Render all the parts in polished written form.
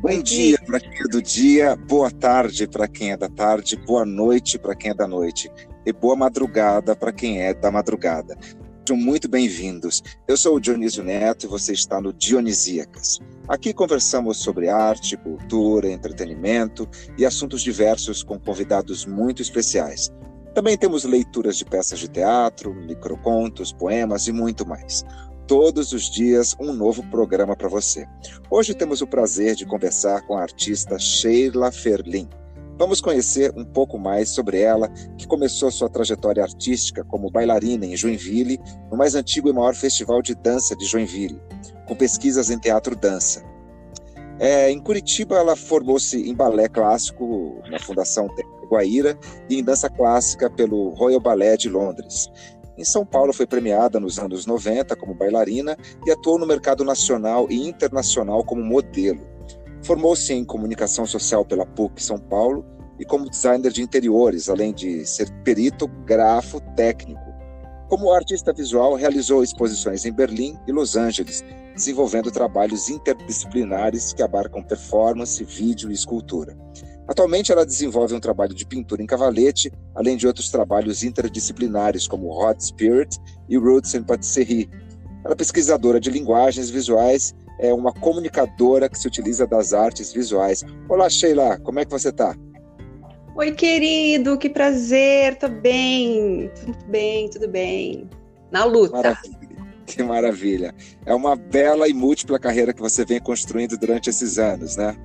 Bom dia para quem é do dia, boa tarde para quem é da tarde, boa noite para quem é da noite e boa madrugada para quem é da madrugada. Sejam muito bem-vindos. Eu sou o Dionísio Neto e você está no Dionisíacas. Aqui conversamos sobre arte, cultura, entretenimento e assuntos diversos com convidados muito especiais. Também temos leituras de peças de teatro, microcontos, poemas e muito mais. Todos os dias um novo programa para você. Hoje temos o prazer de conversar com a artista Sheila Ferlin. Vamos conhecer um pouco mais sobre ela, que começou sua trajetória artística como bailarina em Joinville, no mais antigo e maior festival de dança de Joinville, com pesquisas em teatro-dança. Em Curitiba, ela formou-se em balé clássico na Fundação Guaíra e em dança clássica pelo Royal Ballet de Londres. Em São Paulo, foi premiada nos anos 90 como bailarina e atuou no mercado nacional e internacional como modelo. Formou-se em comunicação social pela PUC São Paulo e como designer de interiores, além de ser perito, grafo, técnico. Como artista visual, realizou exposições em Berlim e Los Angeles, desenvolvendo trabalhos interdisciplinares que abarcam performance, vídeo e escultura. Atualmente, ela desenvolve um trabalho de pintura em cavalete, além de outros trabalhos interdisciplinares, como Hot Spirit e Roots and Patisserie. Ela é pesquisadora de linguagens visuais, é uma comunicadora que se utiliza das artes visuais. Olá, Sheila, como é que você está? Oi, querido, que prazer, tô bem, tudo bem, na luta. Maravilha. Que maravilha. É uma bela e múltipla carreira que você vem construindo durante esses anos, né?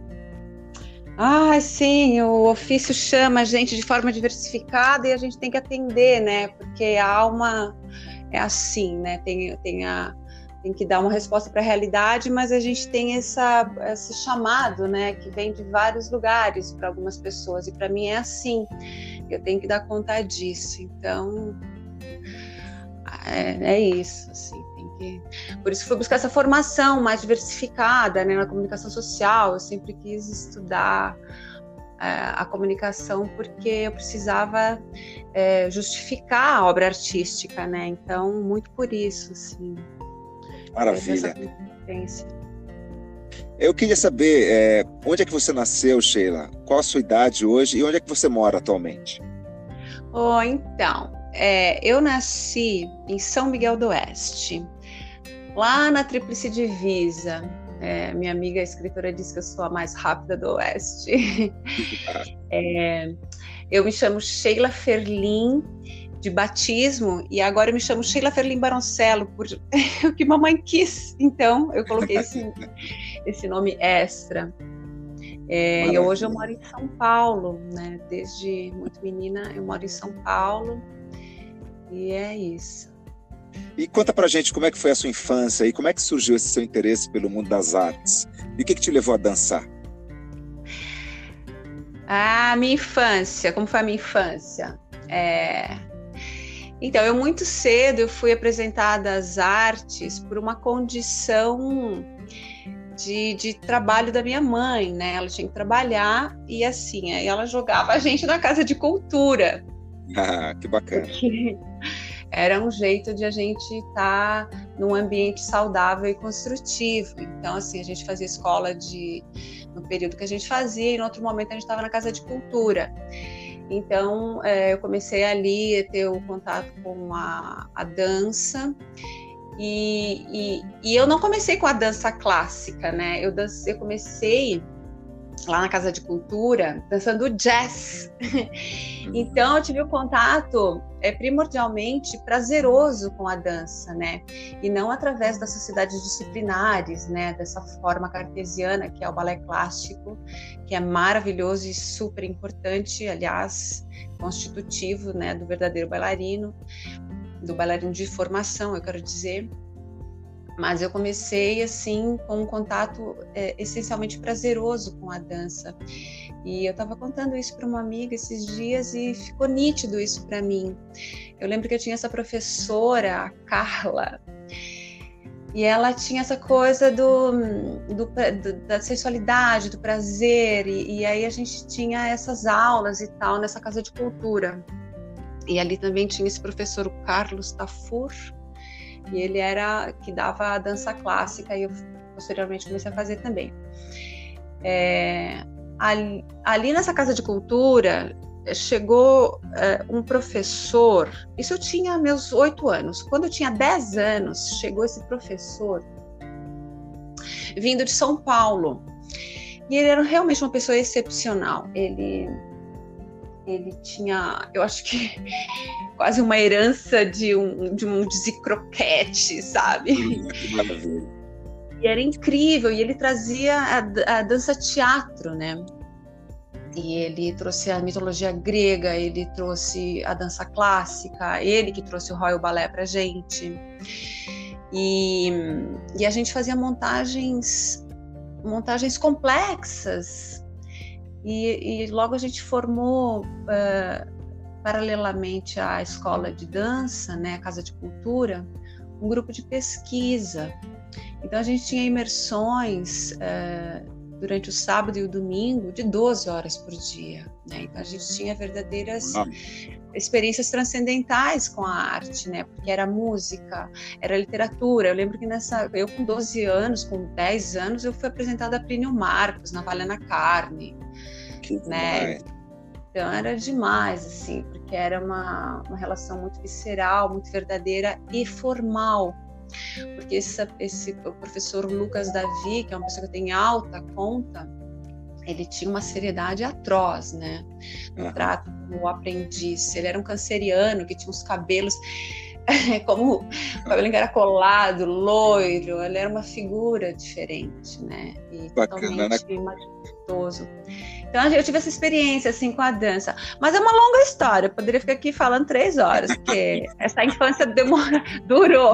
Ah, sim, o ofício chama a gente de forma diversificada e a gente tem que atender, né? Porque a alma é assim, né? Tem que dar uma resposta para a realidade, mas a gente tem esse chamado, né? Que vem de vários lugares para algumas pessoas e para mim é assim. Eu tenho que dar conta disso. Então, é isso, assim. Por isso fui buscar essa formação mais diversificada, né, na comunicação social. Eu sempre quis estudar a comunicação porque eu precisava justificar a obra artística, né? Então, muito por isso, assim. Maravilha. Eu queria saber onde é que você nasceu, Sheila? Qual a sua idade hoje e onde é que você mora atualmente? Então, eu nasci em São Miguel do Oeste, lá na Tríplice Divisa. Minha amiga escritora diz que eu sou a mais rápida do Oeste. Eu me chamo Sheila Ferlin, de batismo, e agora eu me chamo Sheila Ferlin Baroncello, por o que mamãe quis. Então, eu coloquei esse nome extra. E hoje eu moro em São Paulo, né? Desde muito menina eu moro em São Paulo, e é isso. E conta pra gente como é que foi a sua infância e como é que surgiu esse seu interesse pelo mundo das artes? E o que te levou a dançar? Minha infância, como foi a minha infância? Então, eu muito cedo eu fui apresentada às artes por uma condição de trabalho da minha mãe, né? Ela tinha que trabalhar e assim, aí ela jogava a gente na casa de cultura. Que bacana. Porque era um jeito de a gente estar num ambiente saudável e construtivo. Então, assim, a gente fazia escola no período que a gente fazia, e no outro momento a gente estava na casa de cultura. Então, eu comecei ali a ter o contato com a dança, e eu não comecei com a dança clássica, né? Eu comecei lá na Casa de Cultura, dançando jazz. Então, eu tive o contato primordialmente prazeroso com a dança, né? E não através das sociedades disciplinares, né? Dessa forma cartesiana, que é o balé clássico, que é maravilhoso e super importante, aliás, constitutivo, né? Do verdadeiro bailarino, do bailarino de formação, eu quero dizer. Mas eu comecei, assim, com um contato essencialmente prazeroso com a dança. E eu estava contando isso para uma amiga esses dias e ficou nítido isso para mim. Eu lembro que eu tinha essa professora, a Carla, e ela tinha essa coisa da sensualidade, do prazer, e aí a gente tinha essas aulas e tal nessa casa de cultura. E ali também tinha esse professor, o Carlos Tafur, e ele era que dava a dança clássica, e eu posteriormente comecei a fazer também. Ali nessa Casa de Cultura, chegou um professor, isso eu tinha meus 8 anos, quando eu tinha 10 anos, chegou esse professor, vindo de São Paulo, e ele era realmente uma pessoa excepcional. Ele tinha, eu acho que quase uma herança de um croquete, sabe? Que maravilha. E era incrível, e ele trazia a dança-teatro, né? E ele trouxe a mitologia grega, ele trouxe a dança clássica, ele que trouxe o Royal Ballet pra gente. E a gente fazia montagens complexas. E logo a gente formou, paralelamente à escola de dança, né, a Casa de Cultura, um grupo de pesquisa. Então a gente tinha imersões durante o sábado e o domingo de 12 horas por dia, né? Então a gente tinha verdadeiras experiências transcendentais com a arte, né? Porque era música, era literatura. Eu lembro que eu com 12 anos, com 10 anos, eu fui apresentada a Plínio Marcos, na Valha na Carne, né? Então era demais, assim, porque era uma relação muito visceral, muito verdadeira e formal. Porque o professor Lucas Davi, que é uma pessoa que eu tenho em alta conta, ele tinha uma seriedade atroz, né, no trato com o aprendiz. Ele era um canceriano que tinha os cabelos como o cabelo encaracolado, loiro. Ele era uma figura diferente, né, e bacana, totalmente majestoso. Então eu tive essa experiência assim com a dança, mas é uma longa história, eu poderia ficar aqui falando 3 horas, porque essa infância durou.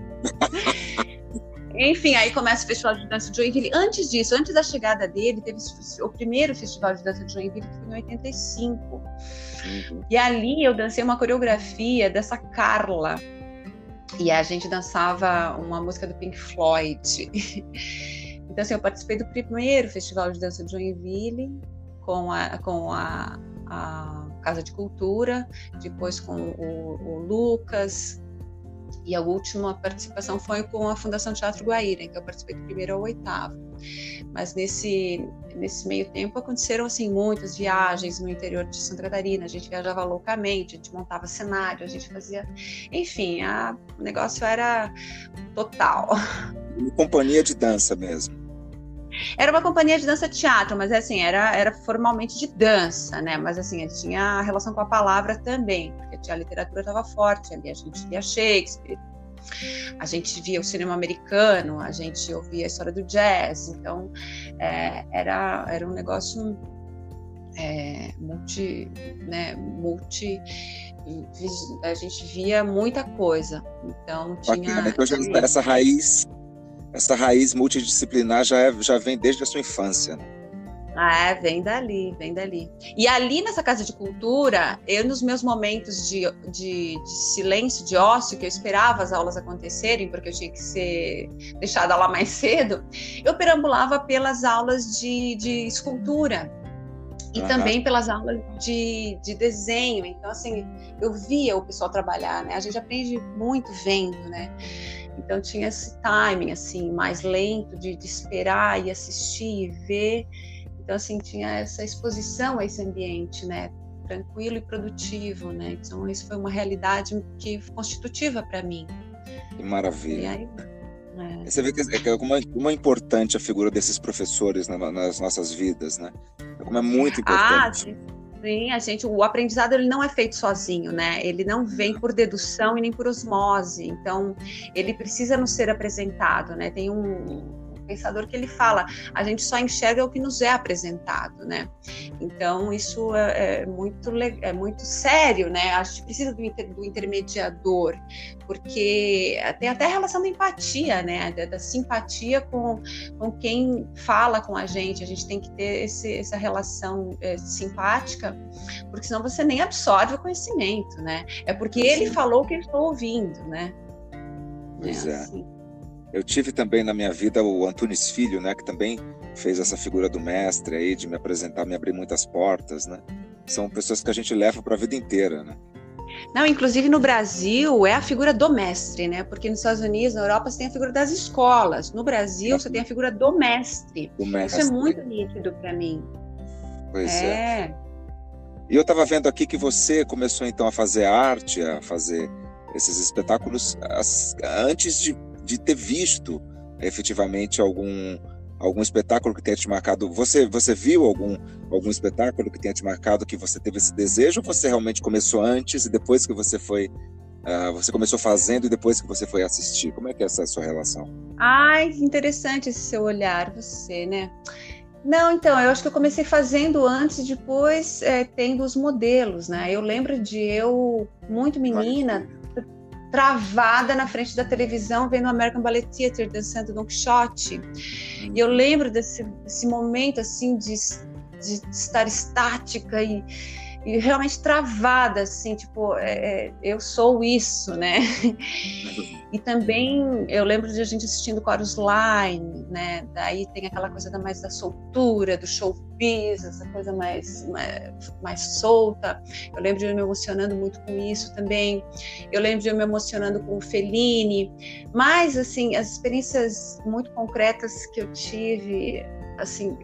Enfim, aí começa o Festival de Dança de Joinville. Antes disso, antes da chegada dele, teve o primeiro Festival de Dança de Joinville, que foi em 85. E ali eu dancei uma coreografia dessa Carla. E a gente dançava uma música do Pink Floyd. Então, assim, eu participei do primeiro Festival de Dança de Joinville com a Casa de Cultura, depois com o Lucas. E a última participação foi com a Fundação Teatro Guaíra, em que eu participei do 1º ao 8º. Mas nesse meio tempo aconteceram assim, muitas viagens no interior de Santa Catarina. A gente viajava loucamente, a gente montava cenário, a gente fazia... Enfim, o negócio era total. Uma companhia de dança mesmo. Era uma companhia de dança-teatro, mas assim, era formalmente de dança, né? Mas assim, tinha a relação com a palavra também, porque a literatura estava forte ali, a gente via Shakespeare, a gente via o cinema americano, a gente ouvia a história do jazz, então era um negócio a gente via muita coisa, então tinha... Bacana, então essa raiz multidisciplinar já vem desde a sua infância, né? Vem dali. E ali nessa Casa de Cultura, eu nos meus momentos de silêncio, de ócio, que eu esperava as aulas acontecerem, porque eu tinha que ser deixada lá mais cedo, eu perambulava pelas aulas de escultura e também pelas aulas de desenho. Então, assim, eu via o pessoal trabalhar, né? A gente aprende muito vendo, né? Então tinha esse timing assim mais lento de esperar e assistir e ver. Então assim tinha essa exposição a esse ambiente, né, tranquilo e produtivo, né. Então isso foi uma realidade que constitutiva para mim. Que maravilha. E aí, Você vê que como é importante a figura desses professores nas nossas vidas, né? Como é muito importante. Sim, o aprendizado ele não é feito sozinho, né? Ele não vem por dedução e nem por osmose. Então, ele precisa nos ser apresentado, né? Tem um pensador que ele fala, a gente só enxerga o que nos é apresentado, né? Então, isso é muito sério, né? A gente precisa do intermediador, porque tem até a relação da empatia, né? Da simpatia com quem fala com a gente tem que ter essa relação simpática, porque senão você nem absorve o conhecimento, né? É porque ele falou que eu estou ouvindo, né? Pois é. Assim. Eu tive também na minha vida o Antunes Filho, né, que também fez essa figura do mestre aí, de me apresentar, me abrir muitas portas, né? São pessoas que a gente leva para a vida inteira, né? Não, inclusive no Brasil é a figura do mestre, né? Porque nos Estados Unidos, na Europa, você tem a figura das escolas. No Brasil, você tem a figura do mestre. Isso é muito nítido para mim. Pois é. E eu estava vendo aqui que você começou então a fazer arte, a fazer esses espetáculos antes de ter visto efetivamente algum espetáculo que tenha te marcado. Você viu algum espetáculo que tenha te marcado, que você teve esse desejo, ou você realmente começou antes e depois que você foi... você começou fazendo e depois que você foi assistir? Como é que é essa sua relação? Ai, interessante esse seu olhar, você, né? Não, então, eu acho que eu comecei fazendo antes e depois tendo os modelos, né? Eu lembro de eu, muito menina, travada na frente da televisão, vendo o American Ballet Theatre, dançando Don Quixote. E eu lembro desse momento, assim, de estar estática e realmente travada, assim, tipo, eu sou isso, né? E também eu lembro de a gente assistindo Chorus Line, né? Daí tem aquela coisa mais da soltura, do showbiz, essa coisa mais solta. Eu lembro de eu me emocionando muito com isso também. Eu lembro de eu me emocionando com o Fellini. Mas, assim, as experiências muito concretas que eu tive, assim,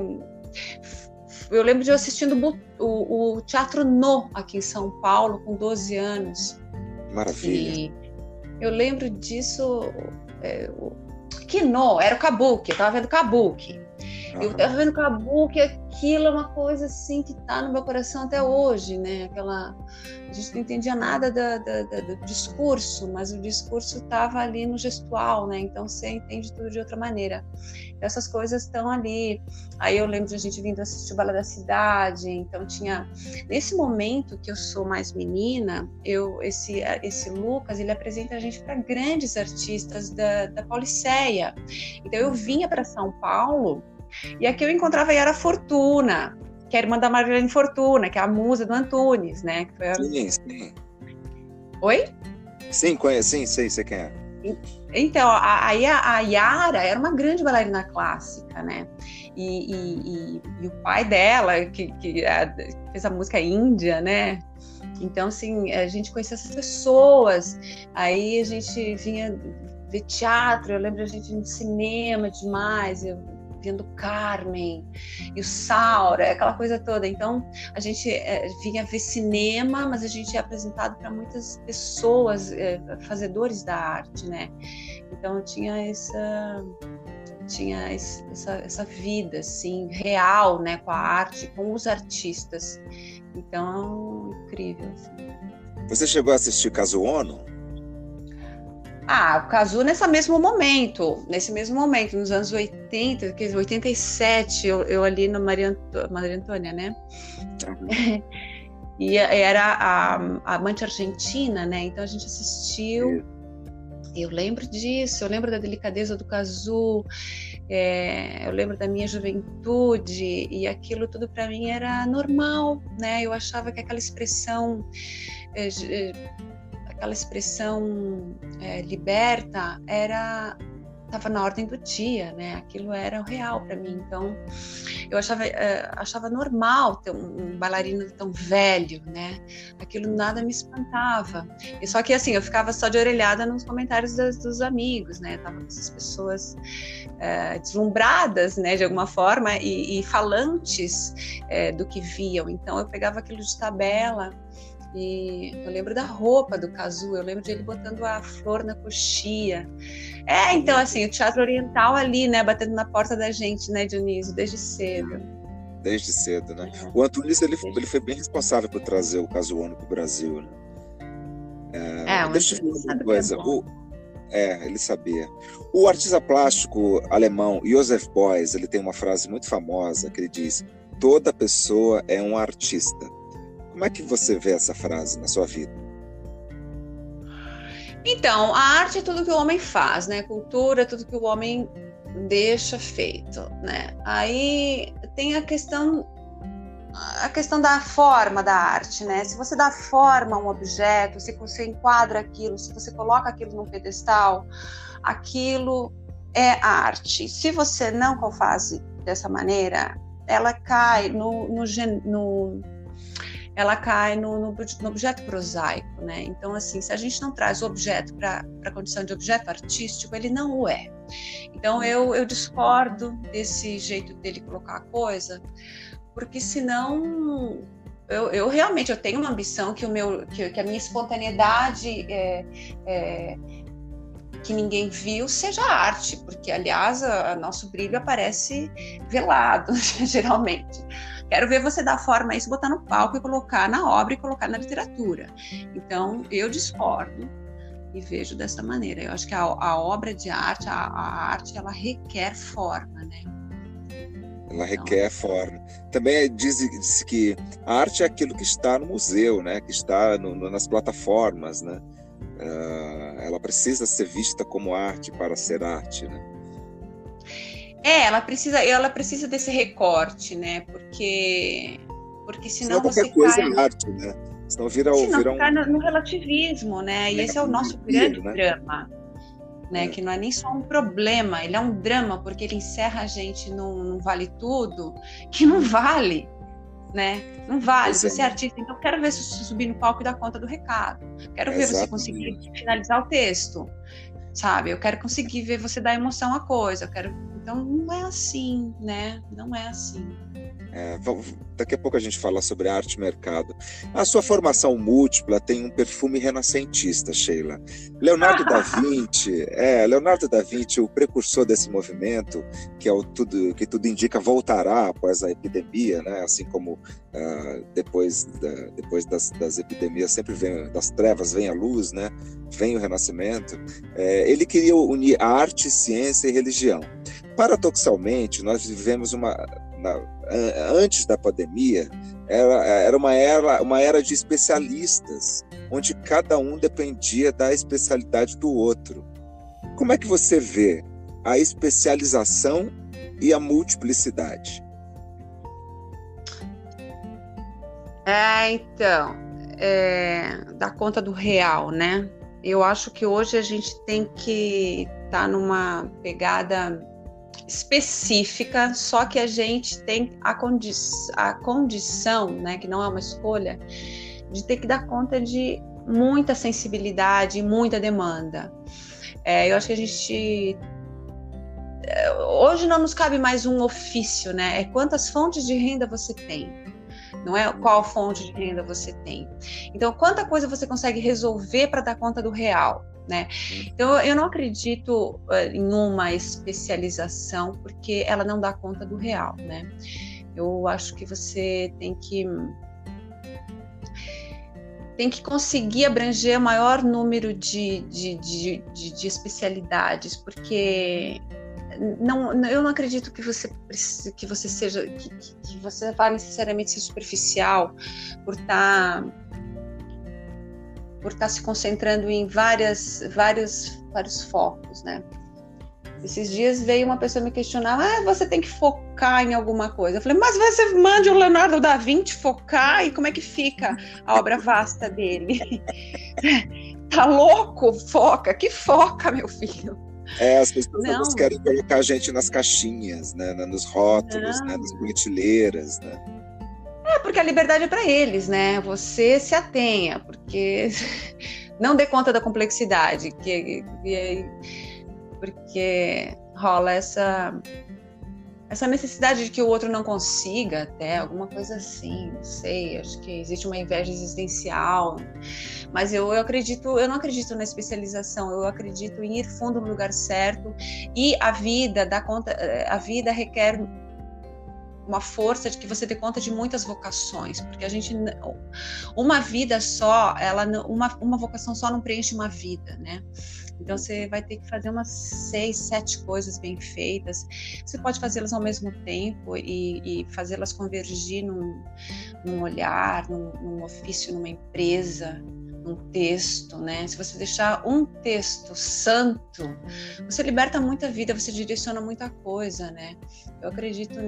eu lembro de eu assistindo o Teatro No, aqui em São Paulo, com 12 anos. Maravilha. E eu lembro disso, que No, era o Kabuki, eu estava vendo Kabuki. Eu estava vendo Kabuki, aquilo é uma coisa assim que está no meu coração até hoje, né? A gente não entendia nada do discurso, mas o discurso estava ali no gestual, né? Então você entende tudo de outra maneira. Essas coisas estão ali. Aí eu lembro de a gente vindo assistir o Balé da Cidade, então tinha... Nesse momento que eu sou mais menina, esse Lucas, ele apresenta a gente para grandes artistas da Pauliceia. Então eu vinha para São Paulo e aqui eu encontrava a Yara Fortuna, que é a irmã da Marlene Fortuna, que é a musa do Antunes, né? Que foi Sim. Oi? Sim, sei quem é. Então, a Yara era uma grande bailarina clássica, né? E o pai dela, que fez a música Índia, né? Então, assim, a gente conhecia essas pessoas. Aí a gente vinha ver teatro, eu lembro a gente ir no cinema demais, vendo Carmen e o Saura, aquela coisa toda. Então a gente vinha ver cinema, mas a gente é apresentado para muitas pessoas, fazedores da arte, né? Então tinha essa vida assim real, né, com a arte, com os artistas. Então incrível, assim. Você chegou a assistir Kazuono? O Kazu nesse mesmo momento, nos anos 80, 87, eu ali no Maria Antônia, né? E era a Amante Argentina, né? Então a gente assistiu. Eu lembro disso, eu lembro da delicadeza do Kazu, eu lembro da minha juventude, e aquilo tudo para mim era normal, né? Eu achava que aquela expressão liberta estava na ordem do dia, né? Aquilo era o real para mim. Então eu achava normal ter um bailarino tão velho, né? Aquilo nada me espantava. E só que assim, eu ficava só de orelhada nos comentários dos amigos, né? Tava com essas pessoas deslumbradas, né? De alguma forma e falantes do que viam. Então eu pegava aquilo de tabela. E eu lembro da roupa do Kazu, eu lembro de ele botando a flor na coxia. Então assim, o teatro oriental ali, né, batendo na porta da gente, né, Dionísio, desde cedo. Desde cedo, né? O Antunes, ele foi bem responsável por trazer o Kazuono para o Brasil, né? Deixa eu te falar uma coisa. Ele sabia. O artista plástico alemão Joseph Beuys, ele tem uma frase muito famosa que ele diz: toda pessoa é um artista. Como é que você vê essa frase na sua vida? Então, a arte é tudo que o homem faz, né? Cultura é tudo que o homem deixa feito, né? Aí tem a questão da forma da arte, né? Se você dá forma a um objeto, se você enquadra aquilo, se você coloca aquilo num pedestal, aquilo é arte. Se você não o faz dessa maneira, ela cai ela cai no objeto prosaico, né? Então, assim, se a gente não traz o objeto para a condição de objeto artístico, ele não o é. Então, eu discordo desse jeito dele colocar a coisa, porque senão eu realmente tenho uma ambição que a minha espontaneidade que ninguém viu seja arte, porque, aliás, nosso brilho aparece velado, geralmente. Quero ver você dar forma a isso, botar no palco e colocar na obra e colocar na literatura. Então, eu discordo e vejo dessa maneira. Eu acho que a obra de arte, a arte, ela requer forma, né? Ela requer forma. Também diz que a arte é aquilo que está no museu, né? Que está nas plataformas, né? Ela precisa ser vista como arte para ser arte, né? Ela precisa desse recorte, né? Porque senão qualquer você coisa cai... é arte, né? Senão vira cai no relativismo, né? E esse é o nosso grande drama, né? Que não é nem só um problema, ele é um drama, porque ele encerra a gente num vale tudo, que não vale, né? Não vale. Você é artista, então quero ver se você subir no palco e dar conta do recado. Quero ver você conseguir finalizar o texto, sabe? Eu quero conseguir ver você dar emoção à coisa. Então não é assim, né? Não é assim. Daqui a pouco a gente fala sobre arte e mercado. A sua formação múltipla tem um perfume renascentista, Sheila. Leonardo da Vinci, o precursor desse movimento, que tudo indica voltará após a epidemia, né? Assim como depois das epidemias sempre vem, das trevas vem a luz, né? Vem o renascimento. Ele queria unir arte, ciência e religião. Paradoxalmente, nós vivemos antes da pandemia, era uma era de especialistas, onde cada um dependia da especialidade do outro. Como é que você vê a especialização e a multiplicidade? Então, dá conta do real, né? Eu acho que hoje a gente tem que estar numa pegada específica, só que a gente tem a condição, né, que não é uma escolha, de ter que dar conta de muita sensibilidade e muita demanda. Eu acho que a gente... Hoje não nos cabe mais um ofício, né? Quantas fontes de renda você tem, não é qual fonte de renda você tem. Então, quanta coisa você consegue resolver para dar conta do real, né? Então, eu não acredito em uma especialização, porque ela não dá conta do real, né? Eu acho que você tem que conseguir abranger o maior número de especialidades, porque eu não acredito que você vá necessariamente ser superficial por estar se concentrando em vários focos, né? Esses dias veio uma pessoa me questionar: você tem que focar em alguma coisa. Eu falei: mas você mande o Leonardo da Vinci focar, e como é que fica a obra vasta dele? Tá louco? Foca? Que foca, meu filho? As pessoas querem colocar a gente nas caixinhas, né? Nos rótulos, né? Nas prateleiras, né? Porque a liberdade é para eles, né? Você se atenha, porque não dê conta da complexidade, porque rola essa necessidade de que o outro não consiga, até alguma coisa assim, não sei, acho que existe uma inveja existencial, mas eu não acredito na especialização, eu acredito em ir fundo no lugar certo, e a vida requer uma força de que você dê conta de muitas vocações, porque uma vida só, uma vocação só não preenche uma vida, né? Então você vai ter que fazer umas 6, 7 coisas bem feitas. Você pode fazê-las ao mesmo tempo e fazê-las convergir num olhar, num ofício, numa empresa, num texto, né? Se você deixar um texto santo, você liberta muita vida, você direciona muita coisa, né? Eu acredito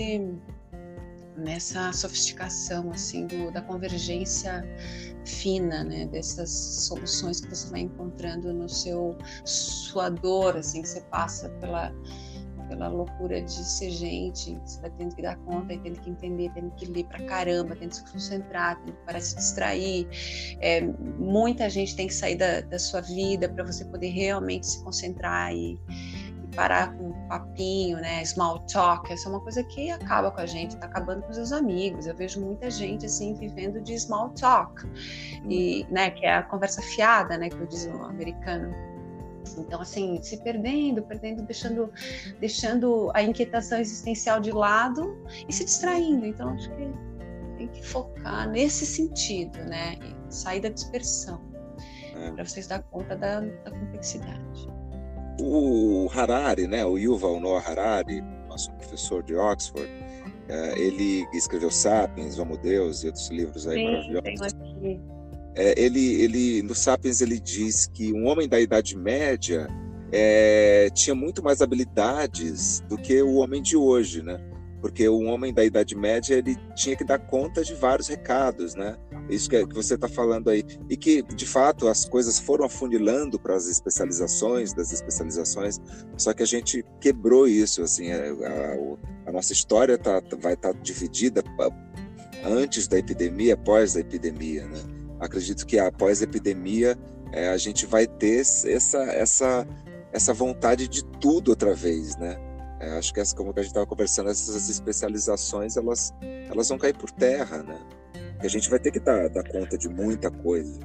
nessa sofisticação, assim, da convergência fina, né? Dessas soluções que você vai encontrando sua dor, assim, que você passa pela loucura de ser gente, você vai tendo que dar conta e tendo que entender, tendo que ler pra caramba, tendo que se concentrar, tendo que parar de se distrair. Muita gente tem que sair da sua vida para você poder realmente se concentrar e parar com um papinho, né, small talk. Essa é uma coisa que acaba com a gente, tá acabando com os seus amigos. Eu vejo muita gente, assim, vivendo de small talk, e, né, que é a conversa fiada, né, que eu diz o americano. Então, assim, se perdendo, deixando a inquietação existencial de lado e se distraindo. Então, acho que tem que focar nesse sentido, né, e sair da dispersão, para vocês dar conta da complexidade. O Harari, né, o Yuval Noah Harari, nosso professor de Oxford, ele escreveu Sapiens, Homo Deus e outros livros aí maravilhosos. Ele no Sapiens ele diz que um homem da Idade Média tinha muito mais habilidades do que o homem de hoje, né? Porque o homem da Idade Média ele tinha que dar conta de vários recados, né? Isso que você está falando aí. E que, de fato, as coisas foram afunilando para as especializações das especializações, só que a gente quebrou isso. Assim, a nossa história vai estar dividida antes da epidemia, após a epidemia, né? Acredito que após a epidemia a gente vai ter essa vontade de tudo outra vez, né? Acho que como a gente estava conversando, essas especializações elas vão cair por terra, né? Porque a gente vai ter que dar conta de muita coisa.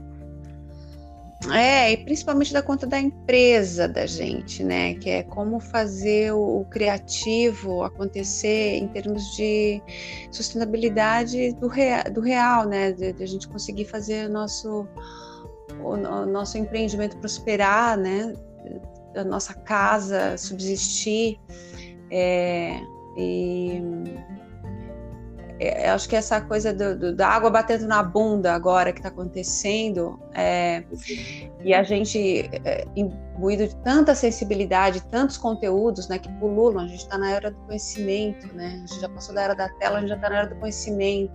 E principalmente dar conta da empresa da gente, né? Que é como fazer o criativo acontecer em termos de sustentabilidade do real, né? De a gente conseguir fazer o nosso empreendimento prosperar, né? A nossa casa subsistir. Acho que essa coisa da água batendo na bunda agora que está acontecendo, e a gente imbuído de tanta sensibilidade, tantos conteúdos, né, que pululam. A gente está na era do conhecimento, né? A gente já passou da era da tela, a gente já está na era do conhecimento.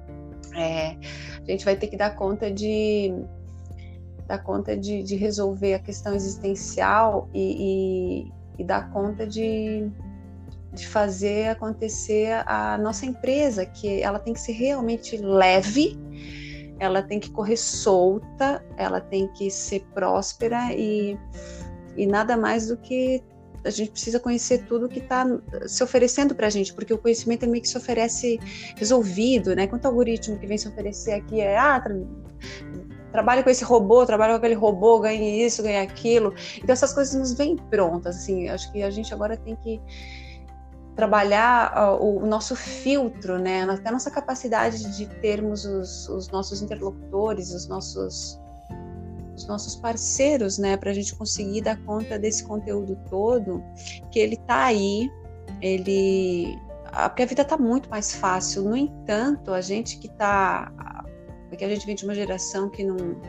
A gente vai ter que dar conta de resolver a questão existencial e dar conta de fazer acontecer a nossa empresa, que ela tem que ser realmente leve, ela tem que correr solta, ela tem que ser próspera e nada mais do que a gente precisa conhecer tudo que está se oferecendo para a gente, porque o conhecimento meio que se oferece resolvido, né? Quanto algoritmo que vem se oferecer aqui trabalhe com esse robô, trabalhe com aquele robô, ganhe isso, ganhe aquilo. Então essas coisas nos vêm prontas, assim. Acho que a gente agora tem que trabalhar o nosso filtro, né? Até a nossa capacidade de termos os nossos interlocutores, os nossos parceiros, né? Para a gente conseguir dar conta desse conteúdo todo, que ele tá aí, porque a vida tá muito mais fácil. No entanto, a gente porque a gente vem de uma geração que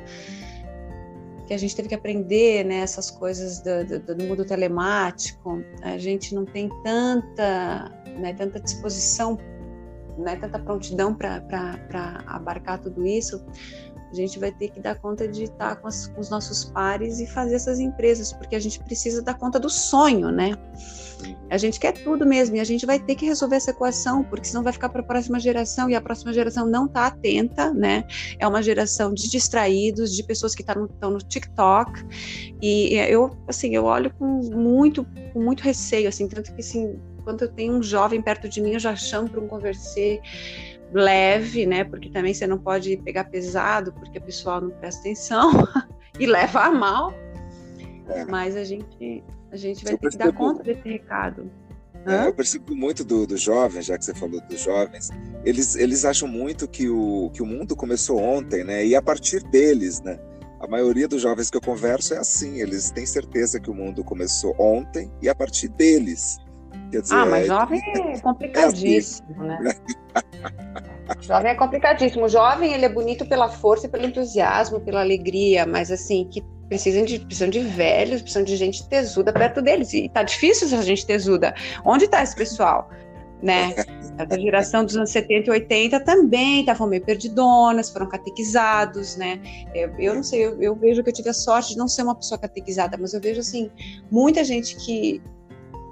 a gente teve que aprender, né, essas coisas do mundo telemático. A gente não tem tanta disposição, né, tanta prontidão para abarcar tudo isso. A gente vai ter que dar conta de estar com os nossos pares e fazer essas empresas, porque a gente precisa dar conta do sonho, né? A gente quer tudo mesmo, e a gente vai ter que resolver essa equação, porque senão vai ficar para a próxima geração, e a próxima geração não está atenta, né? É uma geração de distraídos, de pessoas que estão no TikTok, e eu olho com muito receio, assim, tanto que, assim, quando eu tenho um jovem perto de mim, eu já chamo para um conversar leve, né? Porque também você não pode pegar pesado, porque o pessoal não presta atenção e leva a mal. Mas a gente vai ter que dar conta desse recado. Eu percebo muito dos jovens, já que você falou dos jovens, eles acham muito que o mundo começou ontem, né? E a partir deles, né? A maioria dos jovens que eu converso é assim, eles têm certeza que o mundo começou ontem e a partir deles. Quer dizer, mas jovem é complicadíssimo, né? Jovem é complicadíssimo. O jovem, ele é bonito pela força, pelo entusiasmo, pela alegria, mas assim, que precisam de velhos, precisam de gente tesuda perto deles. E tá difícil essa gente tesuda. Onde tá esse pessoal? Né? A geração dos anos 70 e 80 também estavam meio perdidonas, foram catequizados, né? Eu não sei, eu vejo que eu tive a sorte de não ser uma pessoa catequizada, mas eu vejo, assim, muita gente que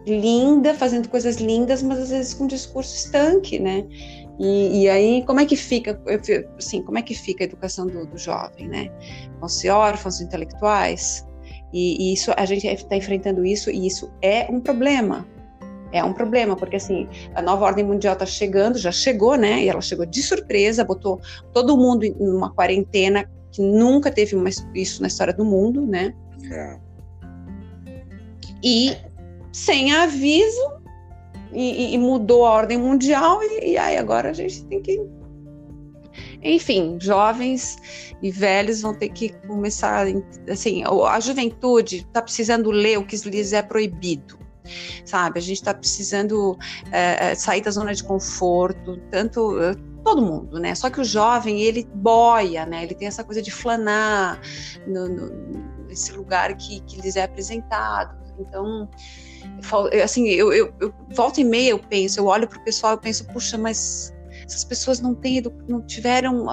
linda, fazendo coisas lindas, mas às vezes com um discurso estanque, né? E aí, como é que fica, assim, como é que fica a educação do jovem, né? Vão ser órfãos intelectuais? E isso, a gente está enfrentando isso, e isso é um problema. É um problema, porque assim, a nova ordem mundial está chegando, já chegou, né? E ela chegou de surpresa, botou todo mundo em uma quarentena que nunca teve isso na história do mundo, né? É. E sem aviso, e mudou a ordem mundial, e aí agora a gente tem que... Enfim, jovens e velhos vão ter que começar, assim, a juventude está precisando ler o que lhes é proibido, sabe? A gente está precisando sair da zona de conforto, tanto... todo mundo, né? Só que o jovem, ele boia, né? Ele tem essa coisa de flanar nesse lugar que lhes é apresentado. Então, assim, eu volta e meia eu olho para o pessoal e penso, puxa, mas essas pessoas não tiveram...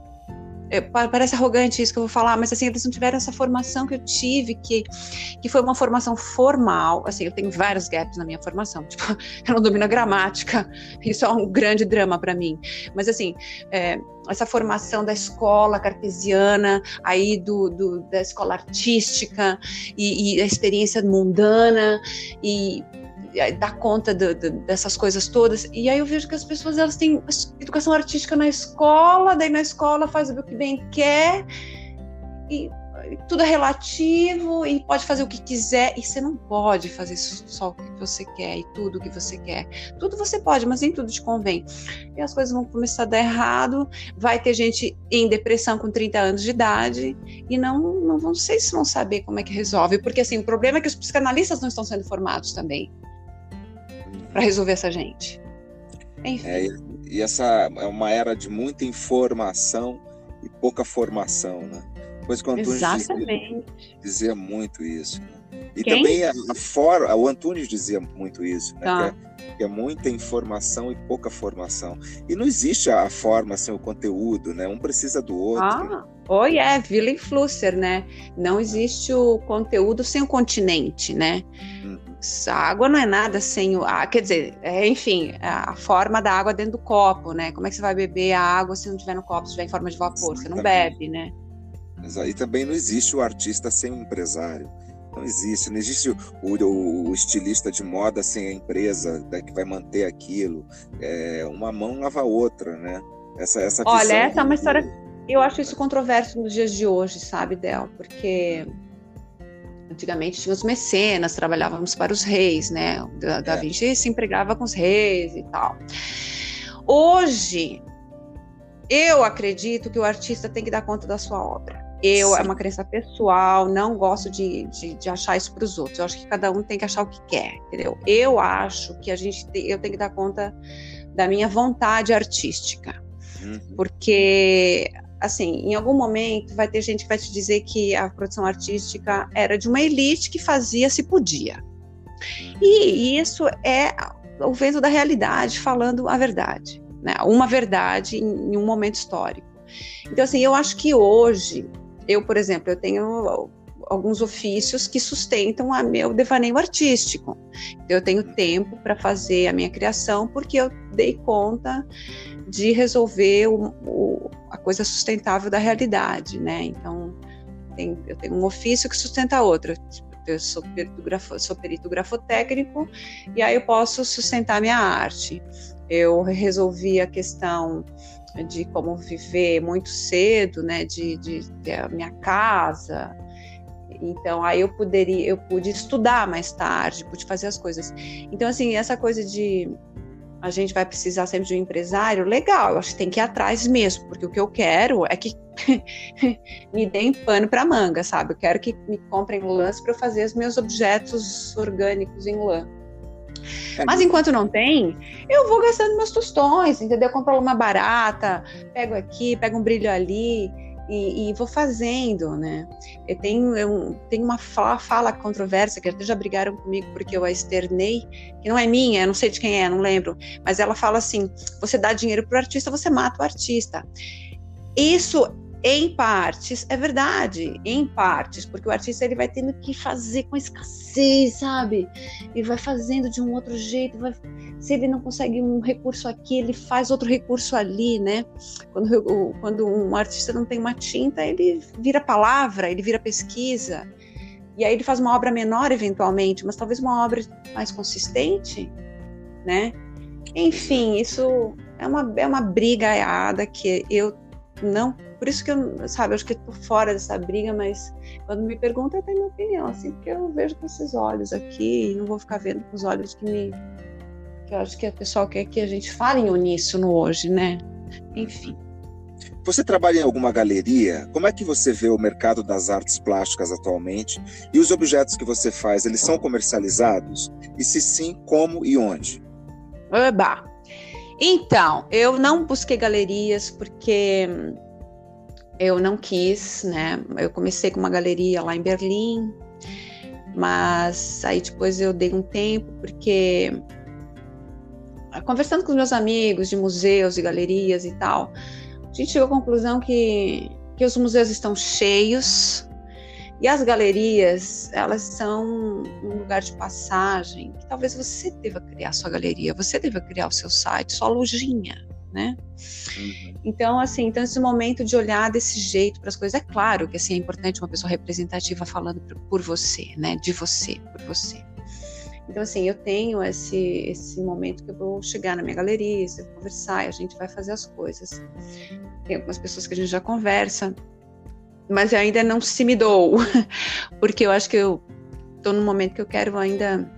Parece arrogante isso que eu vou falar, mas assim, eles não tiveram essa formação que eu tive, que foi uma formação formal. Assim, eu tenho vários gaps na minha formação, tipo, eu não domino a gramática, isso é um grande drama para mim, mas assim, essa formação da escola cartesiana, aí da escola artística, e a experiência mundana, e dar conta dessas coisas todas, e aí eu vejo que as pessoas, elas têm educação artística na escola, daí na escola faz o que bem quer, e tudo é relativo, e pode fazer o que quiser, e você não pode fazer só o que você quer, e tudo o que você quer. Tudo você pode, mas nem tudo te convém. E as coisas vão começar a dar errado, vai ter gente em depressão com 30 anos de idade, e não sei se vão saber como é que resolve, porque assim, o problema é que os psicanalistas não estão sendo formados também para resolver essa gente. Enfim. E essa é uma era de muita informação e pouca formação, né? Coisa que o Antunes dizia muito isso, né? E Quem? também o Antunes dizia muito isso, né? Tá. Que é muita informação e pouca formação. E não existe a forma sem o conteúdo, né? Um precisa do outro. Wilhelm-Flusser, né? Não existe o conteúdo sem o continente, né? A água não é nada sem quer dizer, enfim, a forma da água dentro do copo, né? Como é que você vai beber a água se não tiver no copo, se tiver em forma de vapor? Exatamente. Você não bebe, né? E também não existe o artista sem o empresário. Não existe o estilista de moda sem a empresa, né, que vai manter aquilo. Uma mão lava a outra, né? Essa Olha, essa é uma história... Eu acho isso controverso nos dias de hoje, sabe, Del? Porque antigamente tinha os mecenas, trabalhávamos para os reis, né? Da Vinci se empregava com os reis e tal. Hoje, eu acredito que o artista tem que dar conta da sua obra. É uma crença pessoal, não gosto de achar isso para os outros. Eu acho que cada um tem que achar o que quer, entendeu? Eu acho que eu tenho que dar conta da minha vontade artística. Porque, assim, em algum momento vai ter gente que vai te dizer que a produção artística era de uma elite que fazia se podia. E isso é o vento da realidade falando a verdade, né? Uma verdade em um momento histórico. Então, assim, eu acho que hoje, por exemplo, eu tenho alguns ofícios que sustentam o meu devaneio artístico. Eu tenho tempo para fazer a minha criação porque eu dei conta de resolver a coisa sustentável da realidade, né? Então, eu tenho um ofício que sustenta outro. Eu sou perito grafotécnico, e aí eu posso sustentar minha arte. Eu resolvi a questão de como viver muito cedo, né? De ter a minha casa. Então, aí eu pude estudar mais tarde, pude fazer as coisas. Então, assim, essa coisa de a gente vai precisar sempre de um empresário, legal, eu acho que tem que ir atrás mesmo, porque o que eu quero é que me deem pano para manga, sabe? Eu quero que me comprem lãs para eu fazer os meus objetos orgânicos em lã. Mas enquanto não tem, eu vou gastando meus tostões, entendeu? Eu compro uma barata, pego aqui, pego um brilho ali e vou fazendo, né? Eu tenho uma fala controversa, que até já brigaram comigo porque eu a externei, que não é minha, eu não sei de quem não lembro, mas ela fala assim: você dá dinheiro pro artista, você mata o artista. Isso Em partes, é verdade, em partes, porque o artista ele vai tendo que fazer com escassez, sabe? Ele vai fazendo de um outro jeito, se ele não consegue um recurso aqui, ele faz outro recurso ali, né? Quando um artista não tem uma tinta, ele vira palavra, ele vira pesquisa, e aí ele faz uma obra menor eventualmente, mas talvez uma obra mais consistente, né? Enfim, isso é uma brigaiada que eu não... Por isso que eu, sabe, acho que eu tô fora dessa briga, mas quando me perguntam, eu tenho minha opinião, assim, porque eu vejo com esses olhos aqui e não vou ficar vendo com os olhos que eu acho que o pessoal quer que a gente fale em uníssono hoje, né? Enfim. Você trabalha em alguma galeria? Como é que você vê o mercado das artes plásticas atualmente? E os objetos que você faz, eles são comercializados? E se sim, como e onde? Oba! Então, eu não busquei galerias porque eu não quis, né? Eu comecei com uma galeria lá em Berlim, mas aí depois eu dei um tempo, porque conversando com os meus amigos de museus e galerias e tal, a gente chegou à conclusão que os museus estão cheios e as galerias, elas são um lugar de passagem, que talvez você deva criar sua galeria, você deva criar o seu site, sua lojinha, né? Então, assim, esse momento de olhar desse jeito para as coisas, é claro que assim, é importante uma pessoa representativa falando por você, né? De você, por você. Então, assim, eu tenho esse momento que eu vou chegar na minha galeria, eu vou conversar, e a gente vai fazer as coisas. Tem algumas pessoas que a gente já conversa, mas eu ainda não se me dou, porque eu acho que eu estou num momento que eu quero ainda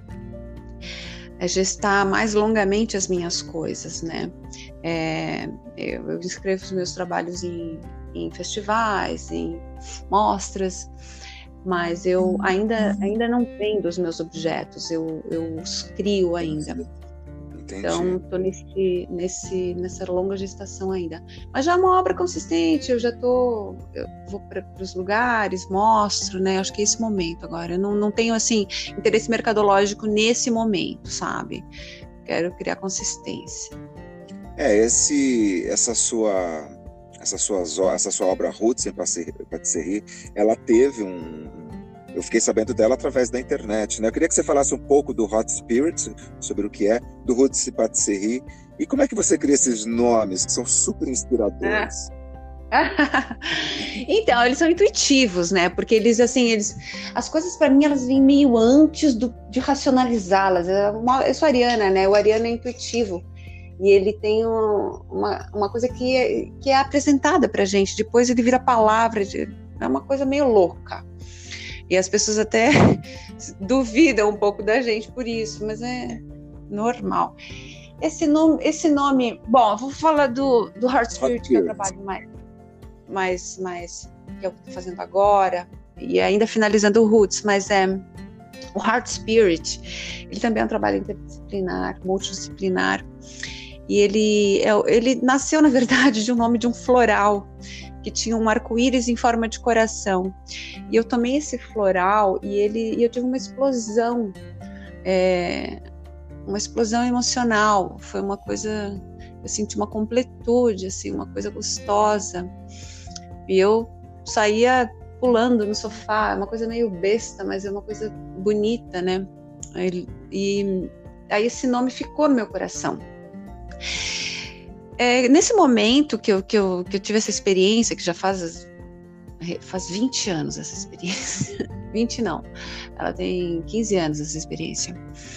gestar mais longamente as minhas coisas, né? Eu escrevo os meus trabalhos em festivais, em mostras, mas eu ainda não vendo os meus objetos, eu os crio ainda. Entendi. Então, estou nessa longa gestação ainda. Mas já é uma obra consistente, eu vou para os lugares, mostro, né? Acho que é esse momento agora. Eu não tenho, assim, interesse mercadológico nesse momento, sabe? Quero criar consistência. Essa sua obra Roots em Patisserie, ela teve eu fiquei sabendo dela através da internet, né? Eu queria que você falasse um pouco do Hot Spirit, sobre o que é, do Roots em Patisserie, e como é que você cria esses nomes, que são super inspiradores. Então, eles são intuitivos, né? Porque as coisas para mim, elas vêm meio antes de racionalizá-las. Eu sou ariana, né? O ariano é intuitivo. E ele tem uma coisa que é apresentada pra gente, depois ele vira palavra, é uma coisa meio louca. E as pessoas até duvidam um pouco da gente por isso, mas é normal. Esse nome, bom, vou falar do Heart Spirit, que eu trabalho mais que eu estou fazendo agora, e ainda finalizando o Roots, mas o Heart Spirit, ele também é um trabalho interdisciplinar, multidisciplinar, e ele nasceu, na verdade, de um nome de um floral, que tinha um arco-íris em forma de coração. E eu tomei esse floral e eu tive uma explosão emocional. Foi uma coisa, eu senti uma completude, assim, uma coisa gostosa. E eu saía pulando no sofá, uma coisa meio besta, mas é uma coisa bonita, né? E aí esse nome ficou no meu coração. Nesse momento que eu tive essa experiência, que já faz 20 anos essa experiência, 20 não, ela tem 15 anos essa experiência,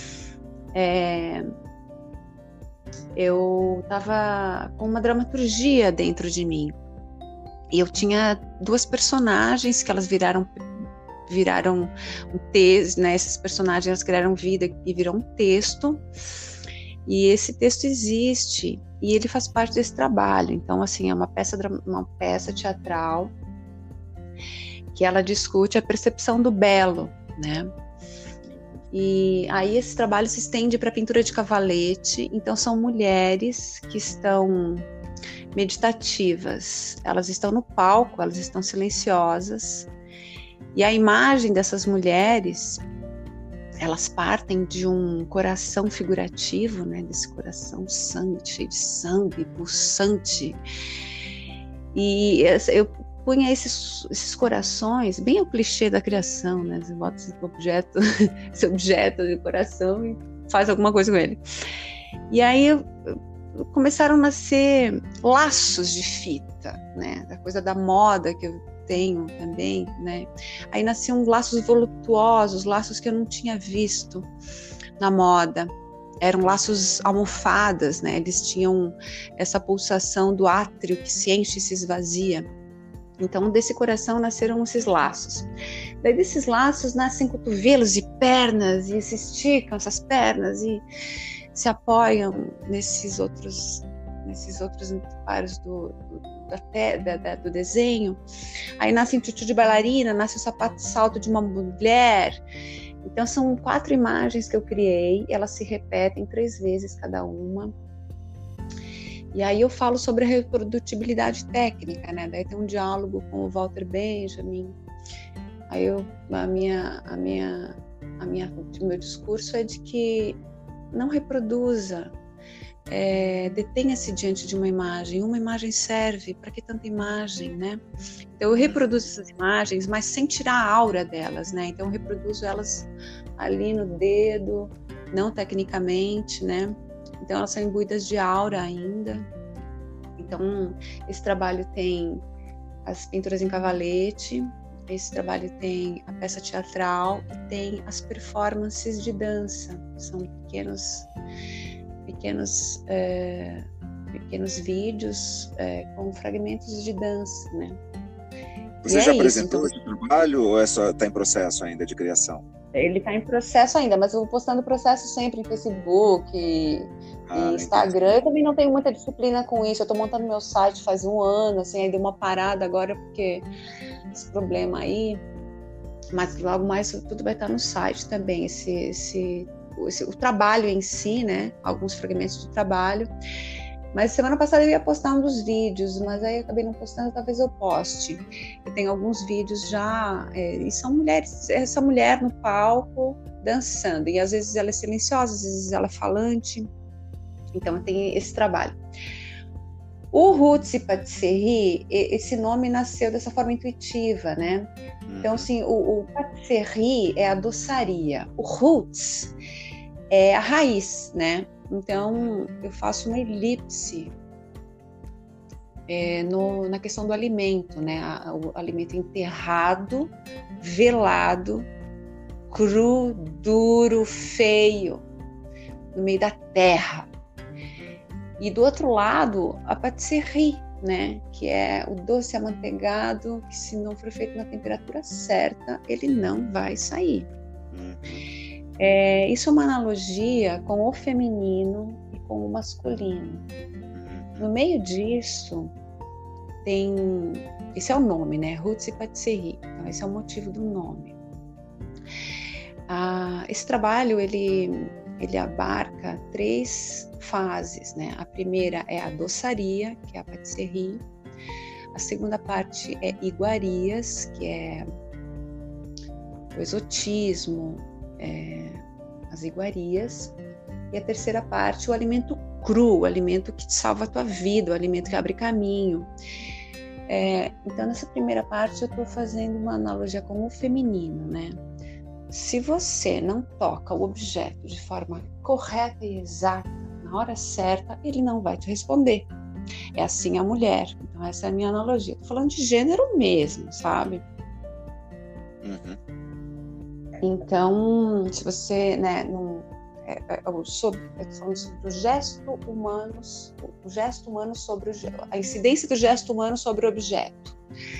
eu estava com uma dramaturgia dentro de mim, e eu tinha duas personagens que elas viraram um texto, né? Essas personagens elas criaram vida e viram um texto, e esse texto existe, e ele faz parte desse trabalho. Então, assim, é uma peça teatral que ela discute a percepção do belo, né? E aí esse trabalho se estende para a pintura de cavalete. Então, são mulheres que estão meditativas, elas estão no palco, elas estão silenciosas, e a imagem dessas mulheres, elas partem de um coração figurativo, né, desse coração cheio de sangue, pulsante. E punha esses corações, bem o clichê da criação, né? Você bota esse objeto de coração e faz alguma coisa com ele. E aí começaram a nascer laços de fita, né? Da coisa da moda que eu tenho também, né? Aí nasciam laços voluptuosos, laços que eu não tinha visto na moda. Eram laços almofadas, né? Eles tinham essa pulsação do átrio que se enche e se esvazia. Então, desse coração nasceram esses laços. Daí, desses laços, nascem cotovelos e pernas, e se esticam essas pernas e se apoiam nesses outros pares do desenho. Aí nasce um tchutchu de bailarina, nasce o sapato de salto de uma mulher. Então, são 4 imagens que eu criei, elas se repetem 3 vezes cada uma. E aí eu falo sobre a reprodutibilidade técnica, né? Daí tem um diálogo com o Walter Benjamin. Aí o meu discurso é de que não reproduza, detenha-se diante de uma imagem serve, para que tanta imagem, né? Então eu reproduzo essas imagens, mas sem tirar a aura delas, né? Então eu reproduzo elas ali no dedo, não tecnicamente, né? Então elas são imbuídas de aura ainda. Então esse trabalho tem as pinturas em cavalete, esse trabalho tem a peça teatral e tem as performances de dança. São pequenos vídeos com fragmentos de dança, né? Você já apresentou esse trabalho ou está em processo ainda de criação? Ele está em processo ainda, mas eu vou postando o processo sempre em Facebook e Instagram. Entendi. Eu também não tenho muita disciplina com isso. Eu estou montando meu site faz 1 ano, assim, aí deu uma parada agora porque esse problema aí. Mas logo mais tudo vai estar no site também. O trabalho em si, né? Alguns fragmentos de trabalho. Mas semana passada eu ia postar um dos vídeos, mas aí eu acabei não postando, talvez eu poste. Eu tenho alguns vídeos já, e são mulheres, essa mulher no palco dançando, e às vezes ela é silenciosa, às vezes ela é falante, então tem esse trabalho. O Roots e Patisserie, esse nome nasceu dessa forma intuitiva, né? Então, assim, o Patisserie é a doçaria, o Roots é a raiz, né? Então, eu faço uma elipse na questão do alimento, né? O alimento enterrado, velado, cru, duro, feio, no meio da terra. E do outro lado, a patisserie, né? Que é o doce amanteigado, que se não for feito na temperatura certa, ele não vai sair. Isso é uma analogia com o feminino e com o masculino. No meio disso, esse é o nome, né? Roots e Patisserie. Então, esse é o motivo do nome. Esse trabalho, ele abarca 3 fases, né? A primeira é a doçaria, que é a patisserie. A segunda parte é iguarias, que é o exotismo, as iguarias. E a terceira parte, o alimento cru, o alimento que te salva a tua vida, o alimento que abre caminho. Então, nessa primeira parte, eu estou fazendo uma analogia com o feminino, né? Se você não toca o objeto de forma correta e exata, na hora certa, ele não vai te responder. É assim a mulher. Então, essa é a minha analogia. Estou falando de gênero mesmo, sabe? Então, se você, né, eu estou falando sobre o gesto humano sobre a incidência do gesto humano sobre o objeto.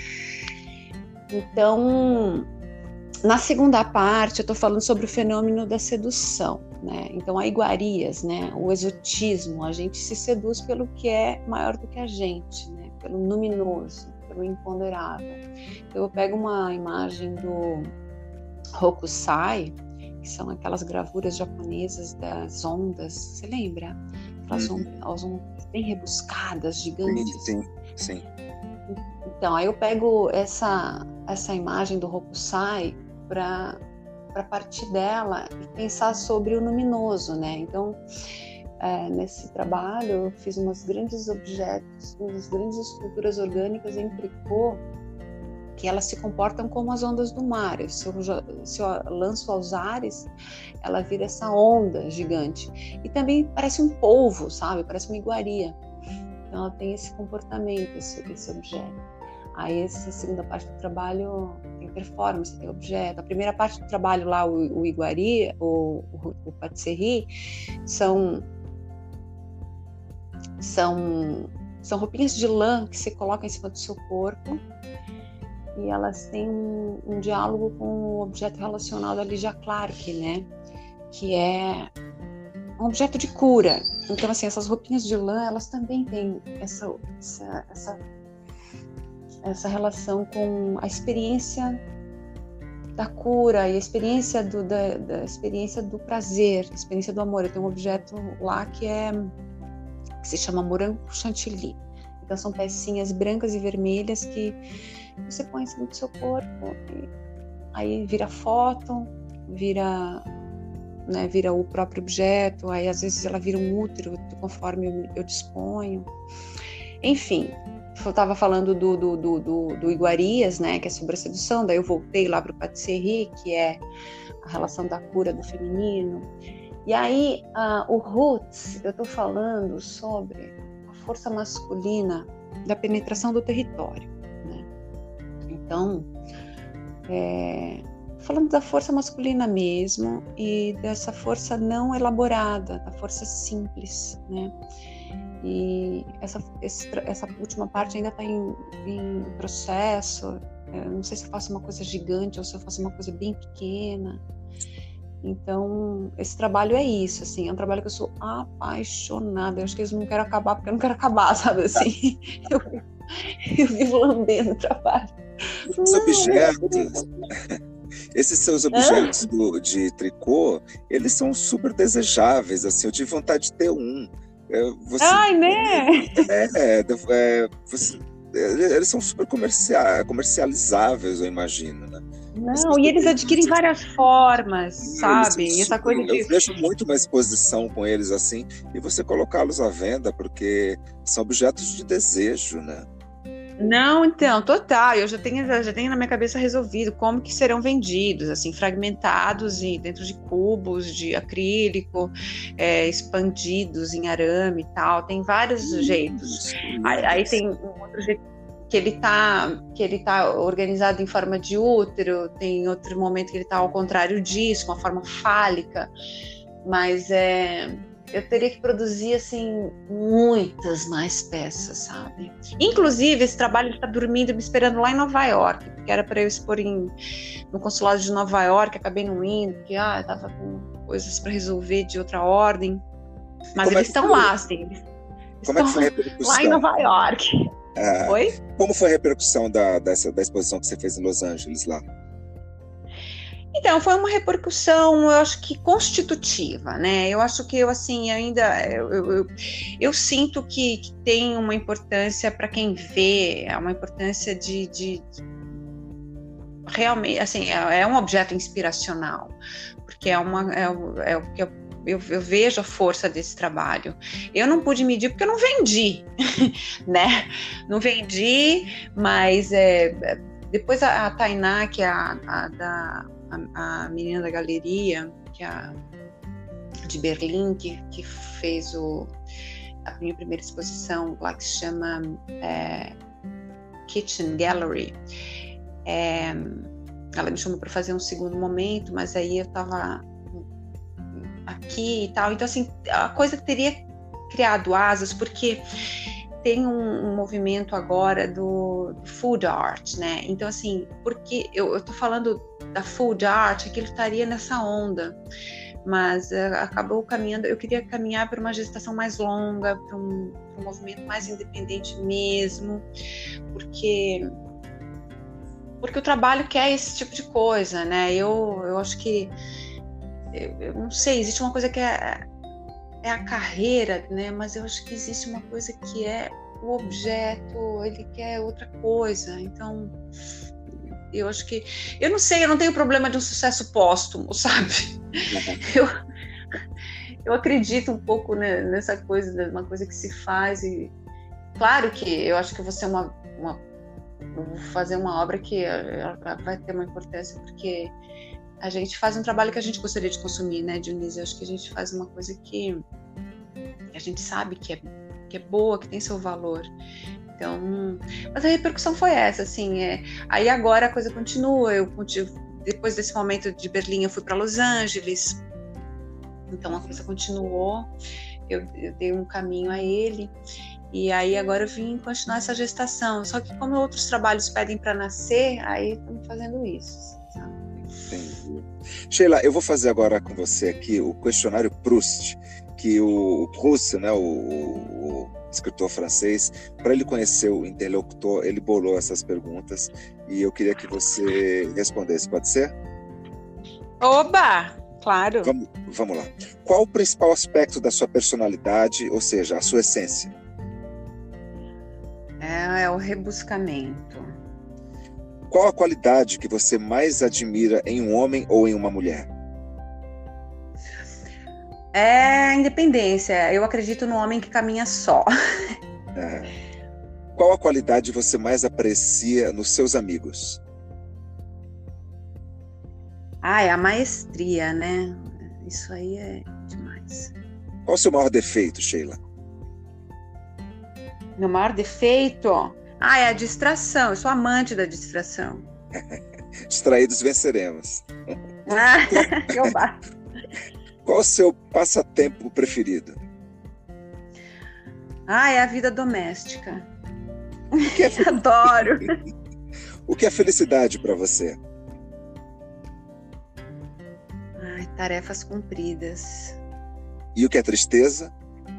Então, na segunda parte, eu estou falando sobre o fenômeno da sedução, né? Então, a iguarias, né? O exotismo, a gente se seduz pelo que é maior do que a gente, né? Pelo luminoso, pelo imponderável. Então, eu pego uma imagem do Hokusai, que são aquelas gravuras japonesas das ondas, você lembra? Aquelas ondas bem rebuscadas, gigantes. Sim. Então, aí eu pego essa imagem do Hokusai para partir dela e pensar sobre o luminoso, né? Então, nesse trabalho, eu fiz umas grandes objetos, umas grandes esculturas orgânicas em tricô, que elas se comportam como as ondas do mar. Se eu lanço aos ares, ela vira essa onda gigante. E também parece um polvo, sabe? Parece uma iguaria. Então ela tem esse comportamento, esse objeto. Aí essa segunda parte do trabalho tem performance, tem objeto. A primeira parte do trabalho lá, o iguaria, o patisserie, são roupinhas de lã que você coloca em cima do seu corpo e elas têm um diálogo com o objeto relacionado a Lygia Clark, né? Que é um objeto de cura. Então, assim, essas roupinhas de lã, elas também têm essa relação com a experiência da cura e a experiência da experiência do prazer, a experiência do amor. Eu tenho um objeto lá que se chama morango chantilly. Então são pecinhas brancas e vermelhas que você põe em cima do seu corpo e aí vira foto, vira o próprio objeto, aí às vezes ela vira um útero conforme eu disponho. Enfim, eu estava falando do iguarias, né, que é sobre a sedução, daí eu voltei lá para o patisserie, que é a relação da cura do feminino. E aí, o Roots, eu estou falando sobre a força masculina da penetração do território, né? Então, falando da força masculina mesmo e dessa força não elaborada, da força simples, né? E essa última parte ainda está em processo. Eu não sei se eu faço uma coisa gigante ou se eu faço uma coisa bem pequena. Então, esse trabalho é isso, assim, é um trabalho que eu sou apaixonada. Eu acho que eles não querem acabar porque eu não quero acabar, sabe, assim. Eu vivo lambendo o trabalho. Os objetos, esses seus objetos de tricô, eles são super desejáveis, assim, eu tive vontade de ter um. Ai, né? Eles são super comercializáveis, eu imagino, né? Não, e eles adquirem várias formas, sabe? E essa coisa eu vejo muito uma exposição com eles assim, e você colocá-los à venda, porque são objetos de desejo, né? Não, então, total, eu já tenho na minha cabeça resolvido como que serão vendidos, assim, fragmentados e dentro de cubos de acrílico, expandidos em arame e tal, tem vários jeitos. Aí tem um outro jeito que ele tá organizado em forma de útero, tem outro momento que ele tá ao contrário disso, uma forma fálica, mas eu teria que produzir, assim, muitas mais peças, sabe? Inclusive, esse trabalho está dormindo, me esperando lá em Nova York, porque era para eu expor no consulado de Nova York, acabei não indo, porque estava com coisas para resolver de outra ordem, mas eles estão lá, assim. Como é que foi a repercussão? Lá em Nova York. Oi? Como foi a repercussão da exposição que você fez em Los Angeles lá? Então, foi uma repercussão, eu acho que constitutiva, né? Eu acho que eu sinto que tem uma importância para quem vê, uma importância de realmente, assim, é um objeto inspiracional, porque o que eu vejo a força desse trabalho. Eu não pude medir porque eu não vendi, né? Não vendi, mas depois a Tainá, que é a menina da galeria, que é de Berlim, que fez a minha primeira exposição lá, que se chama Kitchen Gallery. Ela me chamou para fazer um segundo momento, mas aí eu estava aqui e tal. Então, assim, a coisa teria criado asas, porque tem um movimento agora do food art, né? Então, assim, porque eu tô falando da food art, aquilo estaria nessa onda, mas acabou caminhando. Eu queria caminhar para uma gestação mais longa, para um movimento mais independente mesmo, porque o trabalho quer esse tipo de coisa, né? Eu acho que, eu não sei, existe uma coisa que é a carreira, né? Mas eu acho que existe uma coisa que é o objeto, ele quer outra coisa. Então, eu acho que, eu não sei, eu não tenho problema de um sucesso póstumo, sabe? Eu acredito um pouco, né, nessa coisa, uma coisa que se faz, e claro que eu acho que você é eu vou fazer uma obra que ela vai ter uma importância, porque a gente faz um trabalho que a gente gostaria de consumir, né, Dionísio? Eu acho que a gente faz uma coisa que a gente sabe que é boa, que tem seu valor. Então, mas a repercussão foi essa, assim. Aí agora a coisa continua. Depois desse momento de Berlim, eu fui para Los Angeles. Então a coisa continuou. Eu dei um caminho a ele. E aí agora eu vim continuar essa gestação. Só que como outros trabalhos pedem para nascer, aí estamos fazendo isso, sabe? Entendi. Sheila, eu vou fazer agora com você aqui o questionário Proust, que o Proust, né, o escritor francês, para ele conhecer o interlocutor, ele bolou essas perguntas e eu queria que você respondesse, pode ser? Oba! Claro. Vamos lá. Qual o principal aspecto da sua personalidade, ou seja, a sua essência? É o rebuscamento. Qual a qualidade que você mais admira em um homem ou em uma mulher? É a independência. Eu acredito no homem que caminha só. Qual a qualidade você mais aprecia nos seus amigos? É a maestria, né? Isso aí é demais. Qual o seu maior defeito, Sheila? Meu maior defeito? É a distração. Eu sou amante da distração. Distraídos venceremos. Eu bato. Qual o seu passatempo preferido? É a vida doméstica. Adoro. O que é felicidade para você? Tarefas cumpridas. E o que é tristeza?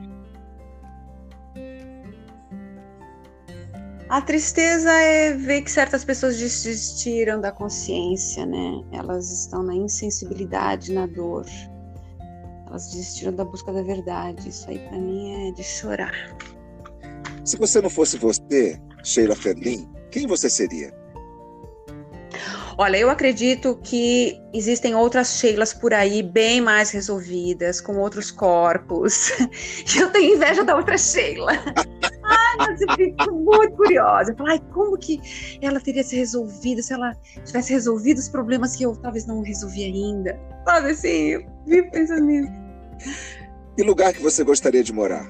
A tristeza é ver que certas pessoas desistiram da consciência, né? Elas estão na insensibilidade, na dor. Elas desistiram da busca da verdade. Isso aí para mim é de chorar. Se você não fosse você, Sheila Ferlin, quem você seria? Olha, eu acredito que existem outras Sheilas por aí, bem mais resolvidas, com outros corpos. E eu tenho inveja da outra Sheila. Mas eu fico muito curiosa. Eu falo, como que ela teria se resolvido se ela tivesse resolvido os problemas que eu talvez não resolvi ainda? Sabe assim, eu vivo pensando nisso. Que lugar que você gostaria de morar?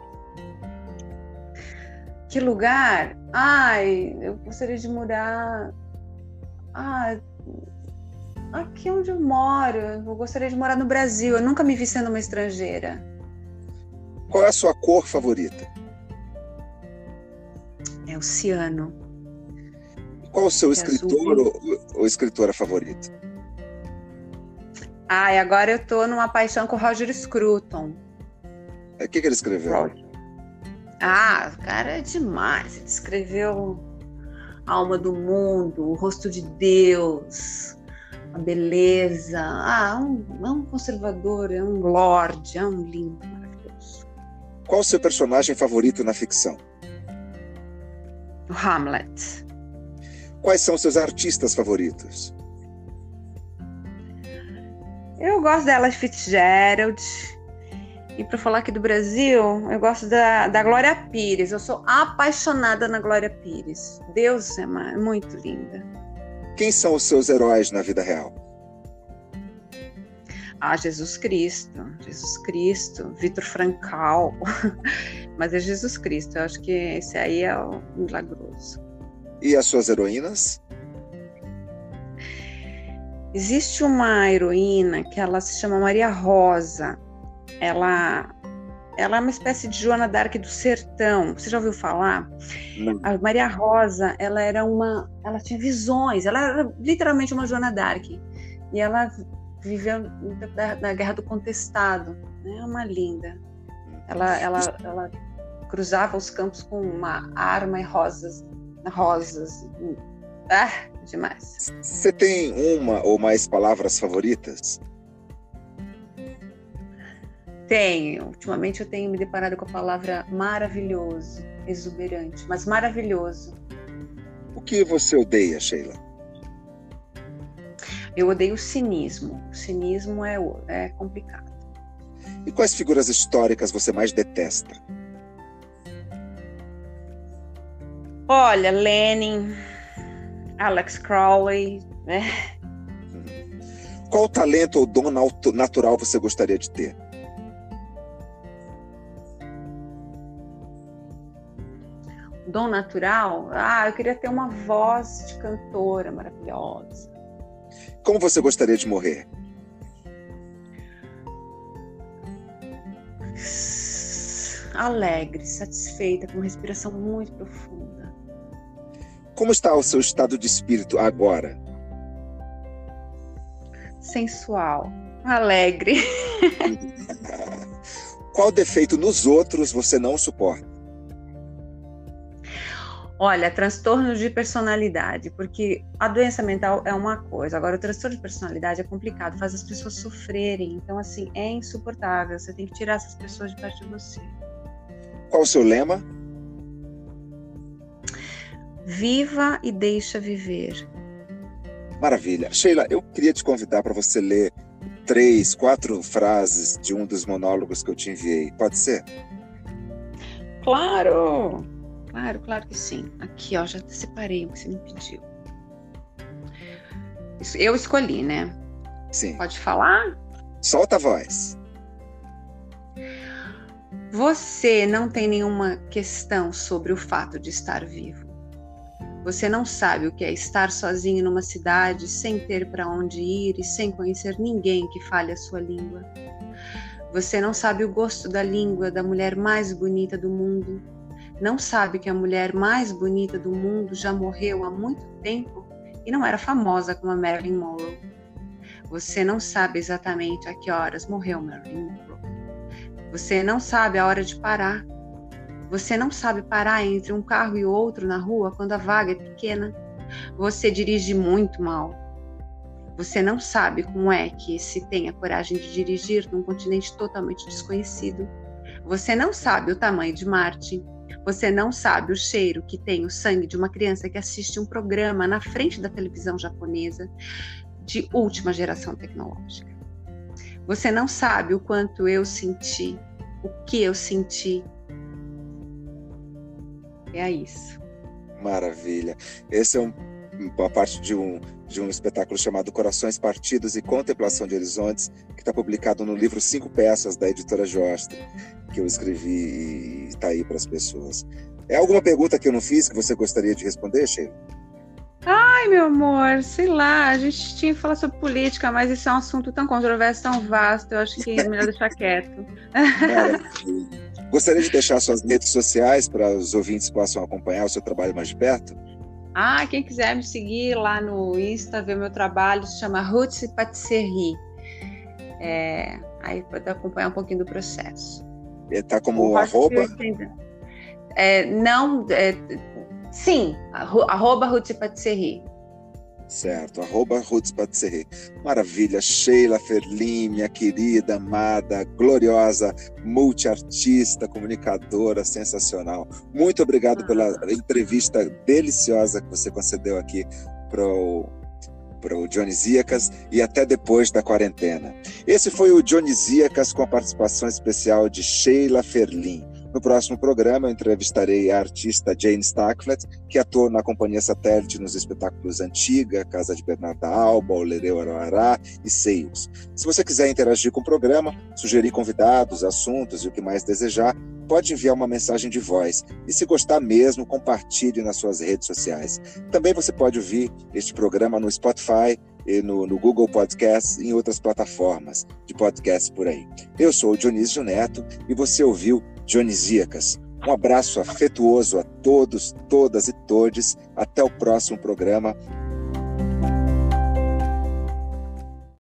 Que lugar? Eu gostaria de morar... aqui onde eu moro. Eu gostaria de morar no Brasil. Eu nunca me vi sendo uma estrangeira. Qual é a sua cor favorita? É o ciano. Qual o seu escritor ou escritora favorito? E agora eu tô numa paixão com o Roger Scruton. O que ele escreveu? O cara é demais. Ele escreveu a alma do mundo, o rosto de Deus, a beleza. É um conservador, é um lorde, é um lindo, maravilhoso. Qual o seu personagem favorito na ficção? O Hamlet. Quais são os seus artistas favoritos? Eu gosto da Ella Fitzgerald. E para falar aqui do Brasil, eu gosto da Glória Pires. Eu sou apaixonada na Glória Pires. Deus é muito linda. Quem são os seus heróis na vida real? Jesus Cristo. Vitor Frankl. Mas é Jesus Cristo. Eu acho que esse aí é o milagroso. E as suas heroínas? Existe uma heroína que ela se chama Maria Rosa. Ela é uma espécie de Joana d'Arc do sertão. Você já ouviu falar? Não. A Maria Rosa, ela tinha visões. Ela era literalmente uma Joana d'Arc. E ela viveu na Guerra do Contestado. É uma linda. Ela cruzava os campos com uma arma e rosas. Demais. Você tem uma ou mais palavras favoritas? Tenho. Ultimamente eu tenho me deparado com a palavra maravilhoso, exuberante, mas maravilhoso. O que você odeia, Sheila? Eu odeio o cinismo. O cinismo é complicado. E quais figuras históricas você mais detesta? Olha, Lenin, Alex Crowley, né? Qual talento ou dom natural você gostaria de ter? Dom natural? Eu queria ter uma voz de cantora maravilhosa. Como você gostaria de morrer? Alegre, satisfeita, com uma respiração muito profunda. Como está o seu estado de espírito agora? Sensual, alegre. Qual defeito nos outros você não suporta? Olha, transtorno de personalidade, porque a doença mental é uma coisa, agora o transtorno de personalidade é complicado, faz as pessoas sofrerem, então assim, é insuportável, você tem que tirar essas pessoas de perto de você. Qual o seu lema? Viva e deixa viver. Maravilha. Sheila, eu queria te convidar para você ler 3, 4 frases de um dos monólogos que eu te enviei. Pode ser? Claro! Claro que sim. Aqui, ó, já separei o que você me pediu. Eu escolhi, né? Sim. Pode falar? Solta a voz. Você não tem nenhuma questão sobre o fato de estar vivo. Você não sabe o que é estar sozinho numa cidade sem ter para onde ir e sem conhecer ninguém que fale a sua língua. Você não sabe o gosto da língua da mulher mais bonita do mundo. Não sabe que a mulher mais bonita do mundo já morreu há muito tempo e não era famosa como a Marilyn Monroe. Você não sabe exatamente a que horas morreu Marilyn Monroe. Você não sabe a hora de parar. Você não sabe parar entre um carro e outro na rua quando a vaga é pequena. Você dirige muito mal. Você não sabe como é que se tem a coragem de dirigir num continente totalmente desconhecido. Você não sabe o tamanho de Marte. Você não sabe o cheiro que tem o sangue de uma criança que assiste um programa na frente da televisão japonesa de última geração tecnológica. Você não sabe o quanto eu senti, o que eu senti. É isso. Maravilha. Esse é uma parte de um espetáculo chamado Corações Partidos e Contemplação de Horizontes, que está publicado no livro 5 Peças, da editora Jostra, que eu escrevi e está aí para as pessoas. É alguma pergunta que eu não fiz que você gostaria de responder, Sheila? Ai, meu amor, sei lá, a gente tinha que falar sobre política, mas isso é um assunto tão controverso, tão vasto, eu acho que é melhor deixar quieto. Maravilha. Gostaria de deixar suas redes sociais para os ouvintes possam acompanhar o seu trabalho mais de perto? Quem quiser me seguir lá no Insta, ver meu trabalho, se chama Roots Patisserie. Aí pode acompanhar um pouquinho do processo. Está como arroba? Sim, arroba Roots Patisserie. Certo, arroba Roots Patisserie. Maravilha, Sheila Ferlin, minha querida, amada, gloriosa, multiartista, comunicadora, sensacional. Muito obrigado pela entrevista deliciosa que você concedeu aqui para o Dionisíacas e até depois da quarentena. Esse foi o Dionisíacas com a participação especial de Sheila Ferlin. No próximo programa, eu entrevistarei a artista Jane Stackflet, que atua na Companhia Satélite nos espetáculos Antiga, Casa de Bernarda Alba, Olereu Arará e Seios. Se você quiser interagir com o programa, sugerir convidados, assuntos e o que mais desejar, pode enviar uma mensagem de voz. E se gostar mesmo, compartilhe nas suas redes sociais. Também você pode ouvir este programa no Spotify, e no Google Podcasts e em outras plataformas de podcast por aí. Eu sou o Dionísio Neto e você ouviu Dionisíacas. Um abraço afetuoso a todos, todas e todes. Até o próximo programa.